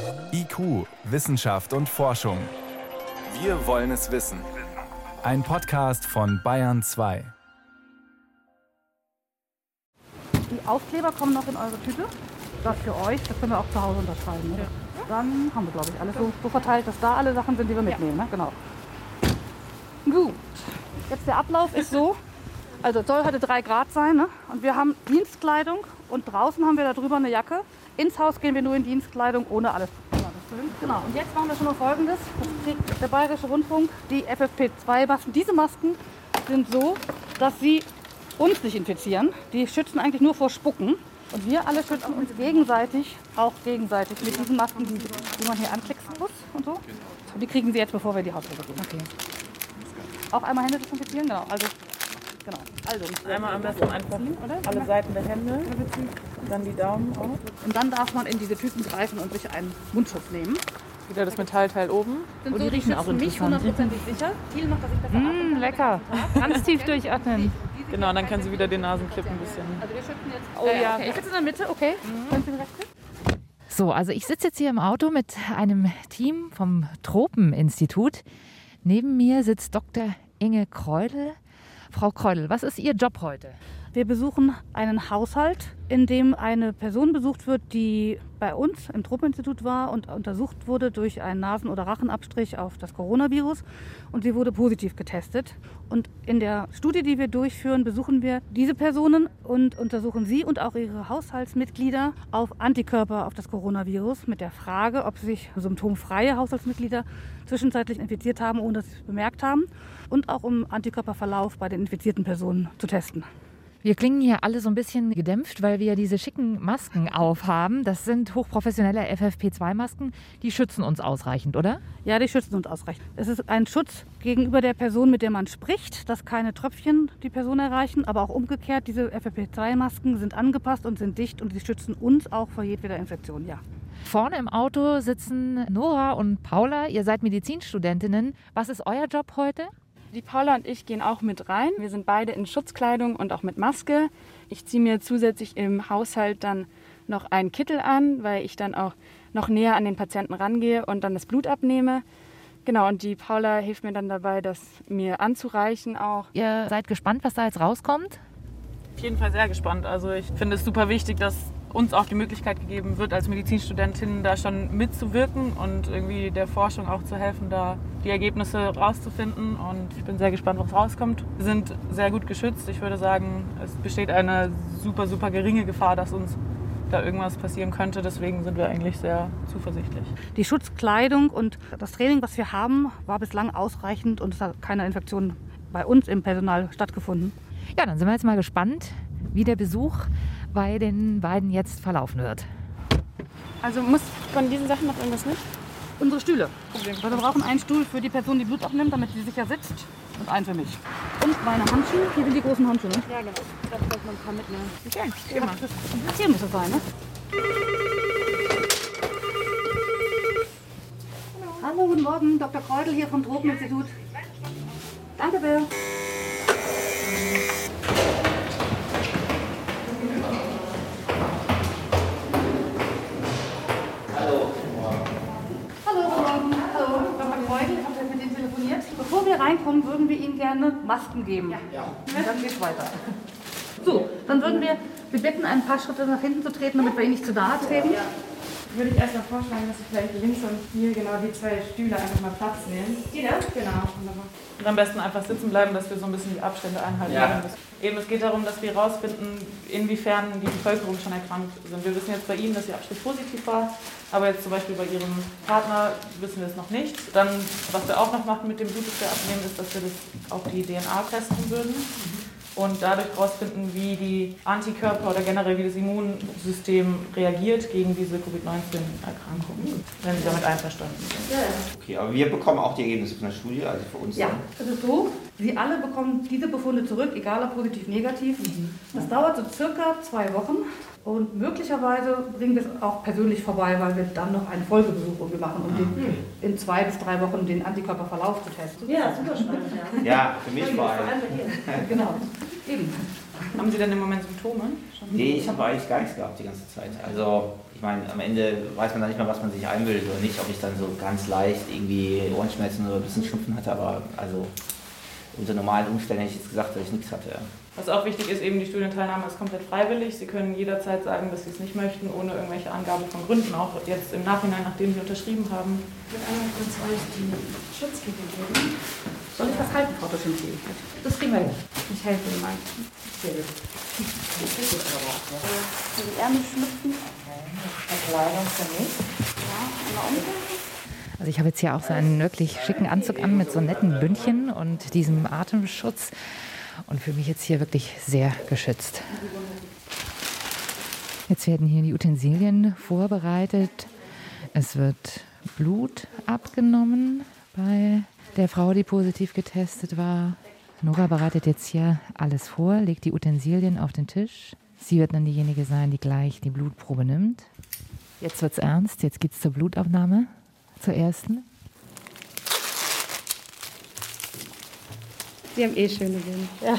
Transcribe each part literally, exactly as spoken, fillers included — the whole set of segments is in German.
I Q, Wissenschaft und Forschung. Wir wollen es wissen. Ein Podcast von Bayern zwei. Die Aufkleber kommen noch in eure Tüte. Das für euch, das können wir auch zu Hause unterschreiben. Ne? Ja. Dann haben wir, glaube ich, alles so, so verteilt, dass da alle Sachen sind, die wir mitnehmen. Ja. Ne? Genau. Gut. Jetzt der Ablauf ist so, also es soll heute drei Grad sein, ne? Und wir haben Dienstkleidung und draußen haben wir da drüber eine Jacke. Ins Haus gehen wir nur in Dienstkleidung, ohne alles. Genau, und jetzt machen wir schon mal Folgendes. Das kriegt der Bayerische Rundfunk, die F F P zwei Masken. Diese Masken sind so, dass sie uns nicht infizieren. Die schützen eigentlich nur vor Spucken. Und wir alle schützen uns gegenseitig, auch gegenseitig mit diesen Masken, die, die man hier anklicken muss und so. Und die kriegen Sie jetzt, bevor wir in die Haustür gehen. Okay. Auch einmal Hände desinfizieren, genau. Also, genau. Also einmal am besten einfach oder? Alle Seiten der Hände, dann die Daumen auf. Und dann darf man in diese Tüten greifen und sich einen Mundschutz nehmen. Wieder das Metallteil oben. Und die so, riechen auch interessant. Mich hundertprozentig sicher. Viel macht, dass ich besser mmh, lecker. Ganz tief durchatmen. Genau, dann können Sie wieder den Nasenclip ein bisschen. Also wir schütten jetzt. Oh äh, ja, okay. Ich sitze in der Mitte, okay. Mhm. Können Sie rechts? So, also ich sitze jetzt hier im Auto mit einem Team vom Tropeninstitut. Neben mir sitzt Doktor Inge Kreudel. Frau Kreudel, was ist Ihr Job heute? Wir besuchen einen Haushalt, in dem eine Person besucht wird, die bei uns im Tropeninstitut war und untersucht wurde durch einen Nasen- oder Rachenabstrich auf das Coronavirus. Und sie wurde positiv getestet. Und in der Studie, die wir durchführen, besuchen wir diese Personen und untersuchen sie und auch ihre Haushaltsmitglieder auf Antikörper auf das Coronavirus mit der Frage, ob sich symptomfreie Haushaltsmitglieder zwischenzeitlich infiziert haben, ohne dass sie es bemerkt haben. Und auch um Antikörperverlauf bei den infizierten Personen zu testen. Wir klingen hier alle so ein bisschen gedämpft, weil wir diese schicken Masken aufhaben. Das sind hochprofessionelle F F P zwei Masken. Die schützen uns ausreichend, oder? Ja, die schützen uns ausreichend. Es ist ein Schutz gegenüber der Person, mit der man spricht, dass keine Tröpfchen die Person erreichen. Aber auch umgekehrt, diese F F P zwei Masken sind angepasst und sind dicht und sie schützen uns auch vor jedweder Infektion, ja. Vorne im Auto sitzen Nora und Paula. Ihr seid Medizinstudentinnen. Was ist euer Job heute? Die Paula und ich gehen auch mit rein. Wir sind beide in Schutzkleidung und auch mit Maske. Ich ziehe mir zusätzlich im Haushalt dann noch einen Kittel an, weil ich dann auch noch näher an den Patienten rangehe und dann das Blut abnehme. Genau, und die Paula hilft mir dann dabei, das mir anzureichen auch. Ihr seid gespannt, was da jetzt rauskommt? Auf jeden Fall sehr gespannt. Also ich finde es super wichtig, dass uns auch die Möglichkeit gegeben wird, als Medizinstudentin da schon mitzuwirken und irgendwie der Forschung auch zu helfen, da die Ergebnisse rauszufinden. Und ich bin sehr gespannt, was rauskommt. Wir sind sehr gut geschützt. Ich würde sagen, es besteht eine super, super geringe Gefahr, dass uns da irgendwas passieren könnte. Deswegen sind wir eigentlich sehr zuversichtlich. Die Schutzkleidung und das Training, was wir haben, war bislang ausreichend und es hat keine Infektion bei uns im Personal stattgefunden. Ja, dann sind wir jetzt mal gespannt, wie der Besuch bei den beiden jetzt verlaufen wird. Also muss von diesen Sachen noch irgendwas mit? Unsere Stühle. Weil wir brauchen einen Stuhl für die Person, die Blut abnimmt, damit sie sicher sitzt. Und einen für mich. Und meine Handschuhe. Hier sind die großen Handschuhe, ne? Ja, genau. Da vielleicht mal ein paar mitnehmen. Okay, geh mal. Hier muss es sein, ne? Hallo. Hallo, guten Morgen. Doktor Kreudel hier vom Tropeninstitut. Danke, Bill. Bevor wir reinkommen, würden wir Ihnen gerne Masken geben. Ja. Ja. Und dann geht's weiter. So, dann würden wir Sie bitten, ein paar Schritte nach hinten zu treten, damit wir Ihnen nicht zu nahe treten. Ja. Würde ich erstmal vorschlagen, dass Sie vielleicht links und hier genau die zwei Stühle einfach mal Platz nehmen. Die da? Genau. Und am besten einfach sitzen bleiben, dass wir so ein bisschen die Abstände einhalten. Ja. Eben, es geht darum, dass wir herausfinden, inwiefern die Bevölkerung schon erkrankt sind. Wir wissen jetzt bei Ihnen, dass Ihr Abstrich positiv war, aber jetzt zum Beispiel bei Ihrem Partner wissen wir es noch nicht. Dann, was wir auch noch machen mit dem Blut, das wir abnehmen, ist, dass wir das auf die D N A testen würden. Und dadurch herausfinden, wie die Antikörper oder generell wie das Immunsystem reagiert gegen diese Covid neunzehn Erkrankung, wenn Sie damit einverstanden sind. Ja, ja. Okay, aber wir bekommen auch die Ergebnisse von der Studie, also für uns. Ja, dann. es ist so, Sie alle bekommen diese Befunde zurück, egal ob positiv, negativ. Mhm. Das dauert so circa zwei Wochen und möglicherweise bringen wir es auch persönlich vorbei, weil wir dann noch einen Folgebesuch irgendwie machen, um mhm. den, in zwei bis drei Wochen den Antikörperverlauf zu testen. Ja, super spannend. Ja, ja für mich vor allem. Genau. Eben. Haben Sie denn im Moment Symptome? Nee, ich habe eigentlich gar nichts gehabt die ganze Zeit. Also Ich meine, am Ende weiß man dann nicht mehr, was man sich einbildet oder nicht, ob ich dann so ganz leicht irgendwie Ohrenschmerzen oder ein bisschen Schnupfen hatte, aber also unter normalen Umständen hätte ich jetzt gesagt, dass ich nichts hatte. Was auch wichtig ist, eben die Studienteilnahme ist komplett freiwillig. Sie können jederzeit sagen, dass Sie es nicht möchten, ohne irgendwelche Angabe von Gründen, auch jetzt im Nachhinein, nachdem Sie unterschrieben haben. Ich will einmal kurz euch die Schutzkette geben. Soll ich das halten, Frau Doschinski? Das kriegen wir hin. Ich helfe Ihnen mal. Sehr gut. Die Ärmel schlüpfen. Kleidung für mich. Ja, einmal umdrehen. Also ich habe jetzt hier auch so einen wirklich schicken Anzug an mit so netten Bündchen und diesem Atemschutz und fühle mich jetzt hier wirklich sehr geschützt. Jetzt werden hier die Utensilien vorbereitet. Es wird Blut abgenommen bei der Frau, die positiv getestet war. Nora bereitet jetzt hier alles vor, legt die Utensilien auf den Tisch. Sie wird dann diejenige sein, die gleich die Blutprobe nimmt. Jetzt wird's ernst, jetzt geht's zur Blutabnahme. Zur ersten. Sie haben eh schöne Bilder. Ja.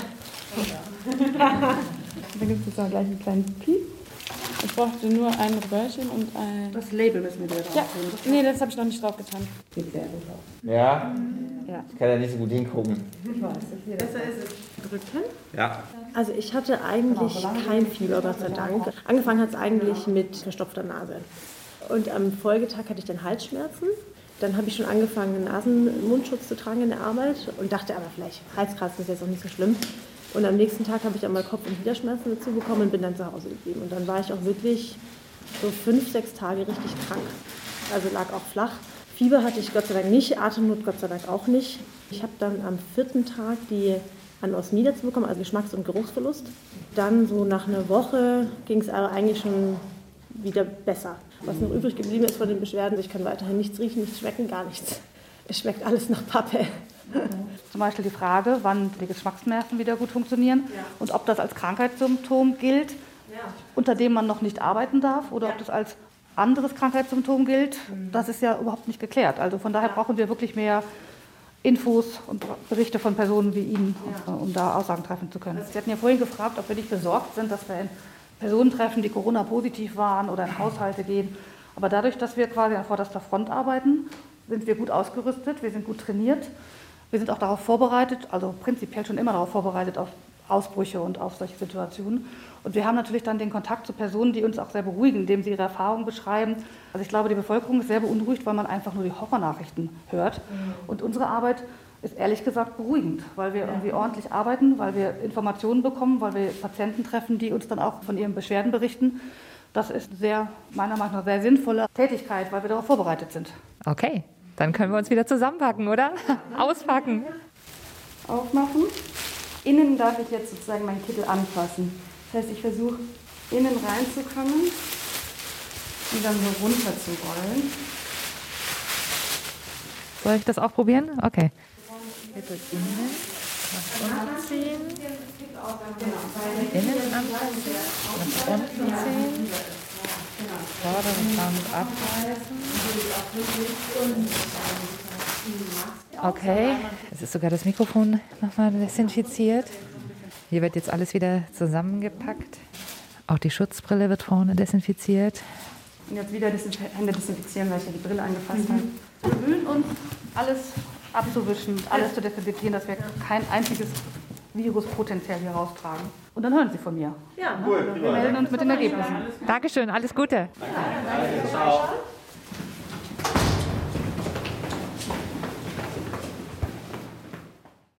Da gibt es auch gleich einen kleinen Piep. Ich brauchte nur ein Röhrchen und ein... Das Label müssen wir wieder drauf Ja, tun. nee, das habe ich noch nicht drauf getan. Sieht sehr gut aus. Ja? Ja. Ich kann ja nicht so gut hingucken. Ich weiß, ich sehe das. Besser ist es. Drücken. Ja. Also ich hatte eigentlich kein Fieber, Gott sei Dank. Angefangen hat es eigentlich mit verstopfter Nase. Und am Folgetag hatte ich dann Halsschmerzen. Dann habe ich schon angefangen, einen Nasen-Mundschutz zu tragen in der Arbeit und dachte aber, vielleicht Halskratzen ist jetzt auch nicht so schlimm. Und am nächsten Tag habe ich einmal Kopf- und Gliederschmerzen dazu bekommen und bin dann zu Hause geblieben. Und dann war ich auch wirklich so fünf, sechs Tage richtig krank. Also lag auch flach. Fieber hatte ich Gott sei Dank nicht, Atemnot Gott sei Dank auch nicht. Ich habe dann am vierten Tag die Anosmie dazu bekommen, also Geschmacks- und Geruchsverlust. Dann so nach einer Woche ging es aber eigentlich schon wieder besser. Was noch übrig geblieben ist von den Beschwerden, ich kann weiterhin nichts riechen, nichts schmecken, gar nichts. Es schmeckt alles nach Pappe. Zum Beispiel die Frage, wann die Geschmacksnerven wieder gut funktionieren ja. und ob das als Krankheitssymptom gilt, ja. unter dem man noch nicht arbeiten darf, oder ja. ob das als anderes Krankheitssymptom gilt. Mhm. Das ist ja überhaupt nicht geklärt. Also von daher ja. brauchen wir wirklich mehr Infos und Berichte von Personen wie Ihnen, ja. um da Aussagen treffen zu können. Sie hatten ja vorhin gefragt, ob wir nicht besorgt sind, dass wir in Personen treffen, die Corona-positiv waren oder in Haushalte gehen. Aber dadurch, dass wir quasi an vorderster Front arbeiten, sind wir gut ausgerüstet, wir sind gut trainiert. Wir sind auch darauf vorbereitet, also prinzipiell schon immer darauf vorbereitet, auf Ausbrüche und auf solche Situationen. Und wir haben natürlich dann den Kontakt zu Personen, die uns auch sehr beruhigen, indem sie ihre Erfahrungen beschreiben. Also ich glaube, die Bevölkerung ist sehr beunruhigt, weil man einfach nur die Horrornachrichten hört. Und unsere Arbeit ist ehrlich gesagt beruhigend, weil wir irgendwie ordentlich arbeiten, weil wir Informationen bekommen, weil wir Patienten treffen, die uns dann auch von ihren Beschwerden berichten. Das ist sehr, meiner Meinung nach, sehr sinnvolle Tätigkeit, weil wir darauf vorbereitet sind. Okay, dann können wir uns wieder zusammenpacken, oder? Auspacken. Aufmachen. Innen darf ich jetzt sozusagen meinen Kittel anfassen. Das heißt, ich versuche innen reinzukommen und dann so runter zu rollen. Soll ich das auch probieren? Okay. Kittel innen, nach unten ziehen. Innen anfassen, nach unten ziehen. Vorderen Band abreißen. Okay, es ist sogar das Mikrofon nochmal desinfiziert. Hier wird jetzt alles wieder zusammengepackt. Auch die Schutzbrille wird vorne desinfiziert. Und jetzt wieder die Hände desinfizieren, weil ich ja die Brille angefasst habe. Wir bemühen uns, alles abzuwischen, alles zu desinfizieren, dass wir kein einziges Virus potenziell hier raustragen. Und dann hören Sie von mir. Ja, cool. Wir melden uns mit den Ergebnissen. Dankeschön, alles Gute. Danke. Ciao.